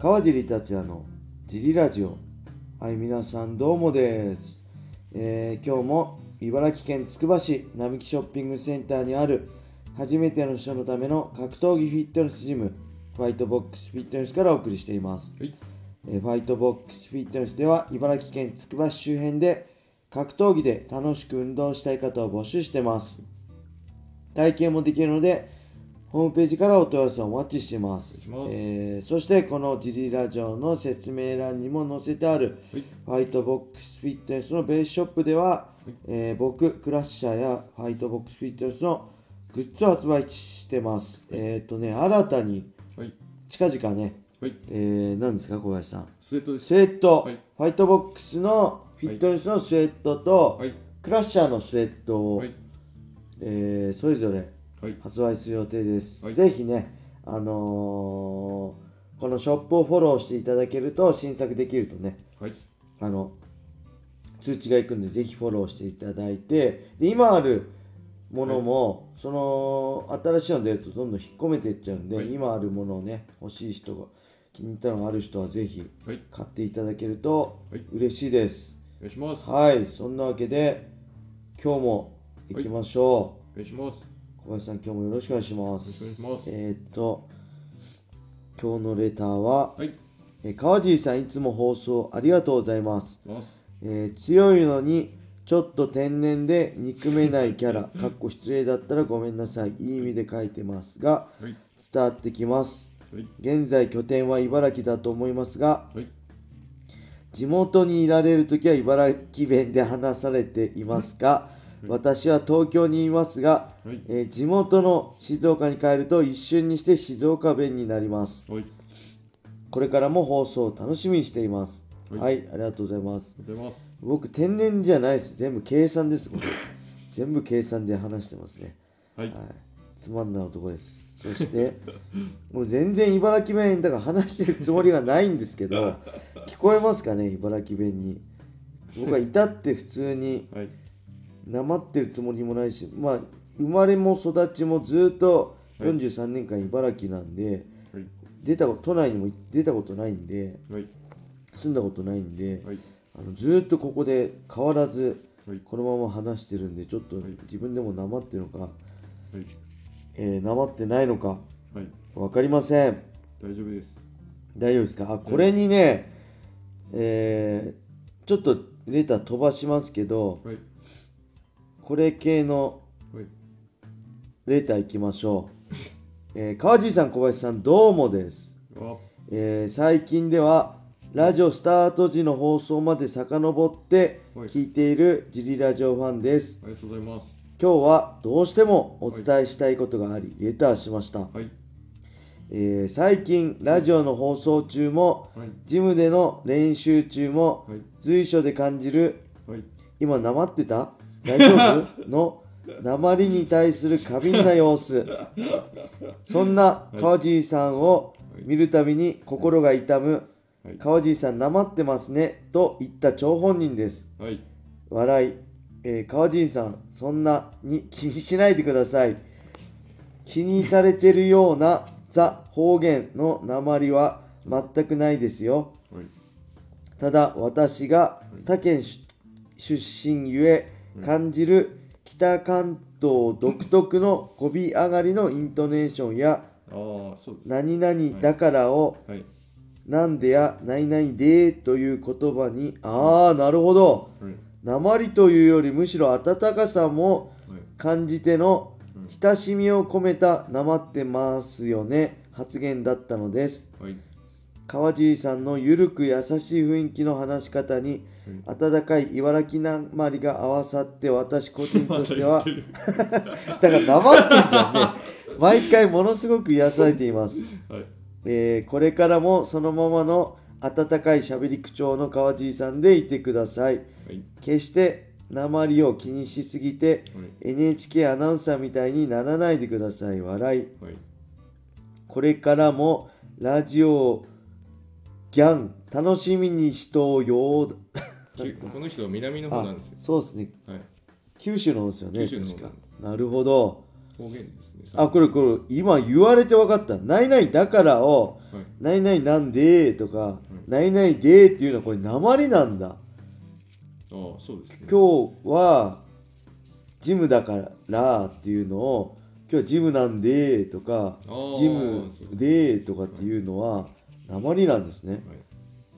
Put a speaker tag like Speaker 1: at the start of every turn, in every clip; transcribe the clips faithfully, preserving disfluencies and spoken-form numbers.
Speaker 1: 川尻達也のジリラジオ。はい、皆さんどうもです。えー、今日も茨城県つくば市並木ショッピングセンターにある初めての人のための格闘技フィットネスジム、ファイトボックスフィットネスからお送りしています。はい、えー、ファイトボックスフィットネスでは茨城県つくば市周辺で格闘技で楽しく運動したい方を募集してます。体験もできるのでホームページからお問い合わせをお待ちしています。
Speaker 2: ます
Speaker 1: えー、そしてこのジリラジオの説明欄にも載せてある、はい、ファイトボックスフィットネスのベースショップでは、はい、えー、僕クラッシャーやファイトボックスフィットネスのグッズを発売してます。はい、えっ、ー、とね新たに近々ね、はい、えー、何ですか小林さん。
Speaker 2: スウェットです。
Speaker 1: スウェット、はい、ファイトボックスのフィットネスのスウェットと、はい、クラッシャーのスウェットを、はい、えー、それぞれ発売する予定です。はい、ぜひね、あのー、このショップをフォローしていただけると新作できるとね、はい、あの通知がいくんでぜひフォローしていただいて、で今あるものも、はい、その新しいの出るとどんどん引っ込めていっちゃうんで、はい、今あるものをね欲しい人が気に入ったのがある人はぜひ買っていただけると嬉しいです。
Speaker 2: お願いします。
Speaker 1: はい、そんなわけで今日も行きましょう。
Speaker 2: はい、お願いします。
Speaker 1: 小林さん、今日もよろしくお願いします。
Speaker 2: よろしくお願いします。
Speaker 1: えー、っと今日のレターは、
Speaker 2: はい、
Speaker 1: え川尻さんいつも放送ありがとうございます。
Speaker 2: ます、
Speaker 1: えー、強いのにちょっと天然で憎めないキャラかっこ失礼だったらごめんなさい、いい意味で書いてますが、はい、伝わってきます。はい、現在拠点は茨城だと思いますが、はい、地元にいられるときは茨城弁で話されていますか？私は東京にいますが、はい、えー、地元の静岡に帰ると一瞬にして静岡弁になります。はい、これからも放送を楽しみにしています。はい、はい、ありがとうございます。
Speaker 2: ありがとうございます。
Speaker 1: 僕天然じゃないです。全部計算です。全部計算で話してますね。はい、はい、つまんない男です。そしてもう全然茨城弁だから話してるつもりがないんですけど聞こえますかね、茨城弁に。僕はいたって普通に、はい、なまってるつもりもないし、まあ生まれも育ちもずっとよんじゅうさんねんかん茨城なんで、はい、出た都内にも出たことないんで、はい、住んだことないんで、はい、あのずっとここで変わらずこのまま話してるんで、ちょっと自分でもなまってるのか、はい、えー、なまってないのか、はい、分かりません。
Speaker 2: 大丈夫です。
Speaker 1: 大丈夫ですか。あ、これにね、えー、ちょっとレター飛ばしますけど、はい、これ系のレターいきましょう。えー、川尻さん、小林さん、どうもです。えー、最近ではラジオスタート時の放送まで遡って聞いているジリラジオファンです。
Speaker 2: ありがとうございます。
Speaker 1: 今日はどうしてもお伝えしたいことがあり、レターしました。はい、えー、最近ラジオの放送中も、はい、ジムでの練習中も、はい、随所で感じる、はい、今なまってた大丈夫の訛りに対する過敏な様子そんな川尻さんを見るたびに心が痛む、はい、川尻さんなまってますねと言った張本人です。はい、笑い、えー、川尻さんそんなに気にしないでください。気にされてるようなザ方言の訛りは全くないですよ。はい、ただ私が他県出身ゆえ感じる北関東独特の語尾上がりのイントネーションや、あ、そうです、何々だからを、はいはい、なんでや何々でという言葉に、ああなるほど、訛りというよりむしろ温かさも感じての親しみを込めたなまってますよね発言だったのです。はい、川尻さんのゆるく優しい雰囲気の話し方に、はい、温かい茨城なまりが合わさって私個人としてはだからなまってんじゃんね毎回ものすごく癒されています。はい、えー、これからもそのままの温かいしゃべり口調の川尻さんでいてください。はい、決して訛りを気にしすぎて、はい、エヌエイチケー アナウンサーみたいにならないでください。笑い、はい、これからもラジオギャン楽しみにしとうよこ
Speaker 2: の人は南の方なんですよ。
Speaker 1: そうですね、はい、九州の方ですよね。確か。なるほど、
Speaker 2: 方言ですね。
Speaker 1: あ、これこれ今言われて分かった。ないないだからを何々なんでとか、何々でっていうのはこれ訛りなんだ。
Speaker 2: ああ、そうですね。
Speaker 1: 今日はジムだからっていうのを、今日はジムなんでとか、ジムでとかっていうのは訛りなんですね。はい、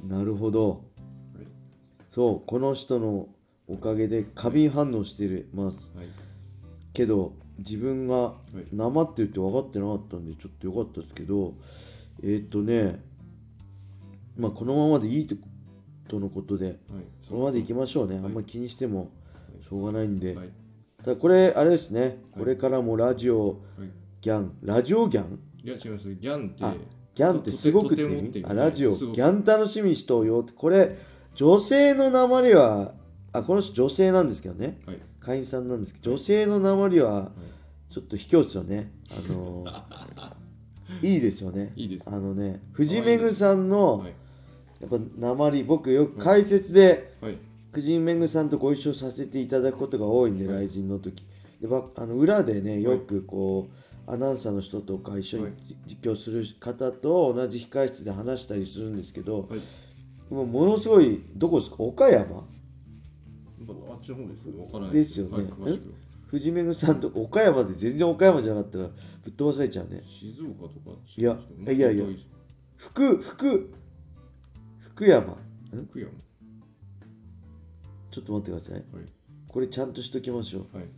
Speaker 1: なるほど。はい、そう、この人のおかげで過敏反応してます。はい、けど自分がなまってるって分かってなかったんでちょっとよかったですけど、えー、っとねまあこのままでいいとのことで、はい、このままでいきましょうね。はい、あんま気にしてもしょうがないんで、はい、ただこれあれですね、はい、これからもラジオギャン、ラジオギャン、
Speaker 2: いや違います。ギャンって
Speaker 1: あギャンってすごくって意味、あラジオギャン楽しみにしとうよって、これ女性の訛りは、あこの人女性なんですけどね、はい、会員さんなんですけど、女性の訛りはちょっと卑怯ですよね。あのー、いいですよね。
Speaker 2: いいです。
Speaker 1: あのね、藤めぐさんの、はい、やっぱ訛り、僕よく解説で、はいはい、藤めぐさんとご一緒させていただくことが多いんで、はい、来人の時で、あの裏でね、よくこうアナウンサーの人とか一緒に実況する方と同じ控室で話したりするんですけど、はい、もうものすごい、どこですか、岡山
Speaker 2: あっちの方ですよ。わからない
Speaker 1: ですよね。はい、藤めぐさんと岡山で全然岡山じゃなかったらぶっ飛ばされちゃうね。
Speaker 2: 静岡とか
Speaker 1: いやいやいや福福福山
Speaker 2: 福山
Speaker 1: ちょっと待ってください、はい、これちゃんとしときましょう、はい、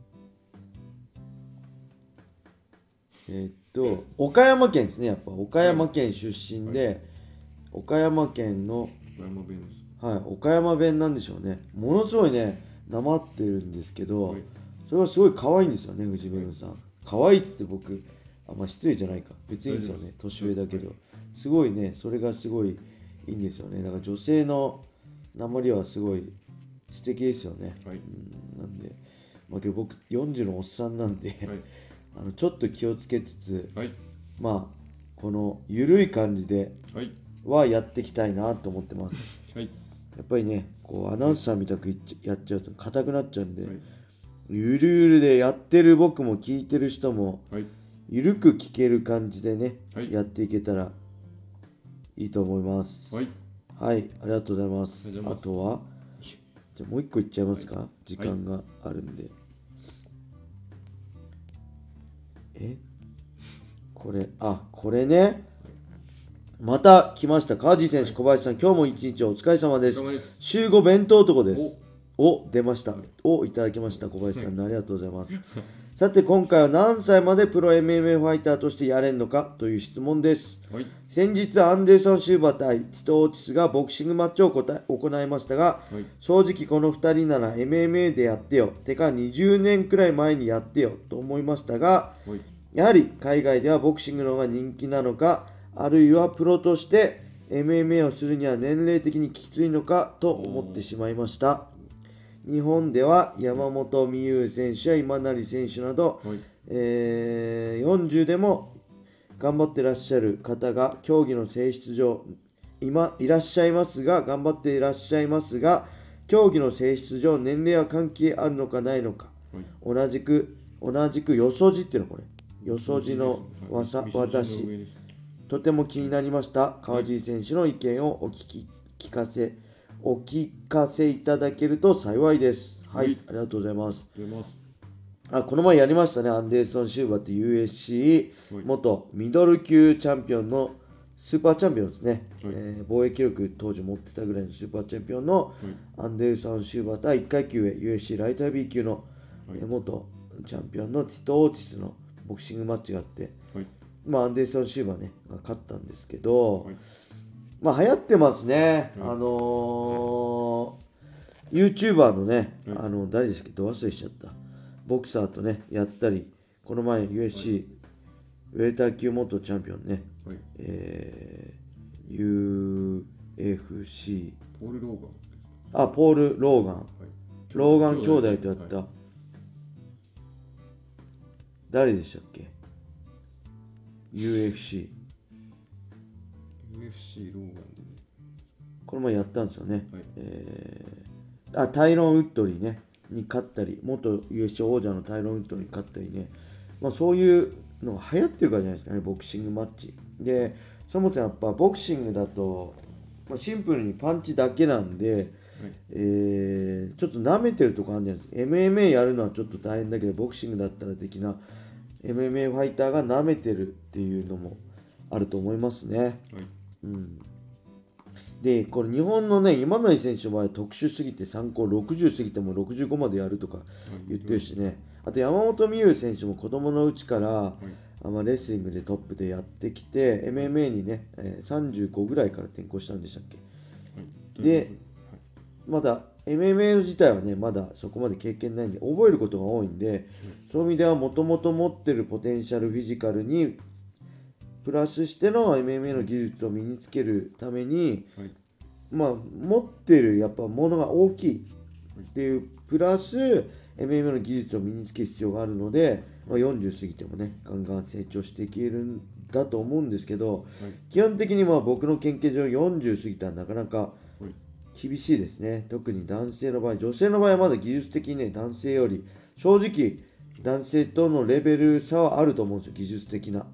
Speaker 1: えー、っと岡山県ですね。やっぱ岡山県出身で、はい、岡山県の
Speaker 2: 岡山弁です。
Speaker 1: はい、岡山弁なんでしょうね。ものすごいねなまってるんですけど、はい、それがすごい可愛いんですよね、藤めぐさん。可愛いって言って僕あんま失礼じゃないか、別にいいですよね、年上だけど、はい、すごいね、それがすごいいいんですよね。だから女性の訛りはすごい素敵ですよね、はい、うんなんで、まあ、けど僕よんじゅうのおっさんなんで、はい、あのちょっと気をつけつつ、はい、まあこのゆるい感じではやっていきたいなと思ってます、はい、やっぱりねこうアナウンサーみたくやっちゃうと硬くなっちゃうんで、はい、ゆるゆるでやってる僕も聞いてる人も、はい、ゆるく聞ける感じでね、はい、やっていけたらいいと思います。はい、はい、ありがとうございます。あとはじゃあもう一個いっちゃいますか、はい、時間があるんで、はい、えこれあこれね、また来ました。川地選手、小林さん、今日も一日お疲れ様です。週ご弁当男です。お、出ました。お、いただきました。小林さん、ありがとうございます。さて、今回は何歳までプロ エムエムエー ファイターとしてやれんのかという質問です。はい、先日、アンデルソン・シューバー対ティト・オーティスがボクシングマッチを行いましたが、はい、正直このふたりなら エムエムエー でやってよ。てかにじゅうねんくらい前にやってよと思いましたが、はい、やはり海外ではボクシングの方が人気なのか、あるいはプロとして エムエムエー をするには年齢的にきついのかと思ってしまいました。日本では山本美優選手や今成選手など、はい、えー、よんじゅうでも頑張っていらっしゃる方が競技の性質上今いらっしゃいますが頑張っていらっしゃいますが競技の性質上年齢は関係あるのかないのか、はい、同じく同じくよそじっていうのこれよそじのわさ私とても気になりました。川尻選手の意見をお聞き聞かせお聞かせいただけると幸いです。はい、はい、ありがとうございます。あ、この前やりましたね。アンデルソン・シューバーって ユーエフシー 元ミドル級チャンピオンのスーパーチャンピオンですね、はい、えー、防衛記録当時持ってたぐらいのスーパーチャンピオンのアンデルソン・シューバー対いっかい級上 ユーエフシー ライトヘビー級の、はい、えー、元チャンピオンのティト・オーティスのボクシングマッチがあって、はい、まあアンデルソン・シューバーねが勝ったんですけど、はい、まあ流行ってますね、はい、あのー、YouTuber のね、はい、あの誰でしたっけ、ど忘れしちゃった、ボクサーとねやったり、この前 ユーエフシー、はい、ウェルター級元チャンピオンね、はい、えー、ユーエフシ
Speaker 2: ー ポール・ローガ
Speaker 1: ン、あ、ポール・ローガン、はい、ローガン兄弟とやった、はい、誰でしたっけ、 ユーエフシー
Speaker 2: ユーエフシー ローガンで、ね、
Speaker 1: この前やったんですよね、はい、えー、あタイロン・ウッドリーねに勝ったり、元 ユーエフシー 王者のタイロン・ウッドリーに勝ったりね、まあ、そういうのが流行ってるからじゃないですかね、ボクシングマッチでそもそもやっぱボクシングだと、まあ、シンプルにパンチだけなんで、はい、えー、ちょっと舐めてるとこあるんじゃないですか。 エムエムエー やるのはちょっと大変だけど、ボクシングだったら的な エムエムエー ファイターが舐めてるっていうのもあると思いますね、はい、うん。でこれ日本のね今成選手の場合特殊すぎて参考ろくじゅう過ぎてもろくじゅうごまでやるとか言ってるしね。あと山本美優選手も子供のうちから、はい、まあ、レスリングでトップでやってきて エムエムエー にね、えー、さんじゅうごぐらいから転向したんでしたっけ、はい、で、はい、まだ エムエムエー 自体はねまだそこまで経験ないんで覚えることが多いんで、はい、そういう意味ではもともと持ってるポテンシャルフィジカルにプラスしての エムエムエー の技術を身につけるために、はい、まあ持ってるやっぱものが大きいっていうプラス エムエムエー の技術を身につける必要があるので、まあ、よんじゅう過ぎてもねガンガン成長していけるんだと思うんですけど、はい、基本的にまあ僕の研究上よんじゅう過ぎたらなかなか厳しいですね。特に男性の場合、女性の場合はまだ技術的にね男性より正直男性とのレベル差はあると思うんですよ、技術的な、はい、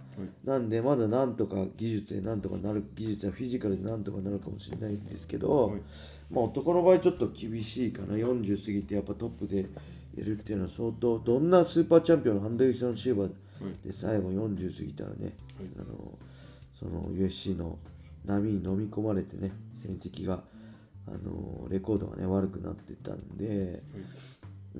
Speaker 1: なんでまだなんとか技術でなんとかなる、技術やフィジカルでなんとかなるかもしれないんですけど、はい、まあ男の場合ちょっと厳しいかな。よんじゅう過ぎてやっぱトップでやるっていうのは相当、どんなスーパーチャンピオンのアンダーソン・シーバーでさえもよんじゅう過ぎたらね、はい、あのその ユーエフシー の波に飲み込まれてね戦績があのレコードがね悪くなってたんで、はい、うん、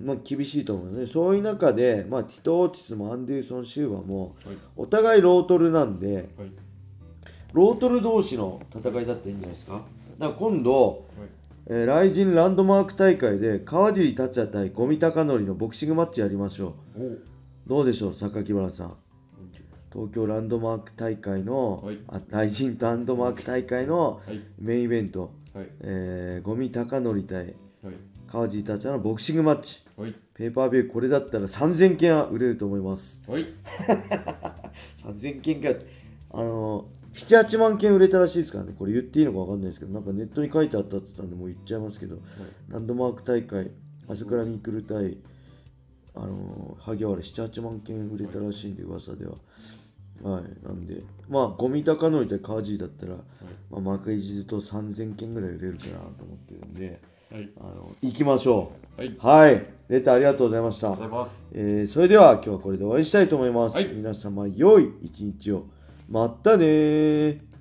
Speaker 1: まあ厳しいと思うね。そういう中で、まあ、ティト・オーティスもアンデルソン・シューバーも、はい、お互いロートルなんで、はい、ロートル同士の戦いだったらいいんじゃないですか。だから今度、はい、えー、ライジンランドマーク大会で川尻達也対五味隆則のボクシングマッチやりましょう。どうでしょう榊原さん。東京ランドマーク大会の、はい、あライジンランドマーク大会のメインイベント、はい、えー、五味隆則対、はい、川尻達也のボクシングマッチ、はい、ペーパービューこれだったらさんぜんけんは売れると思います、はい、さんぜんけんか、あのー、ななはちまんけん売れたらしいですからね。これ言っていいのか分かんないですけど、なんかネットに書いてあったって言ったんでもう言っちゃいますけど、はい、ランドマーク大会朝倉未来対あのー、萩原ななはちまんけん売れたらしいんで、噂では。はい、なんで、まあ、五味隆則対川尻だったら、はい、まあ、幕一ずとさんぜんけんぐらい売れるかなと思ってるんで、はい、あの行きましょう。はい、はい、レターありがとうございました。ありがとうございます。えー、それでは今日はこれで終わりにしたいと思います。はい、皆様、良い一日を。またねー。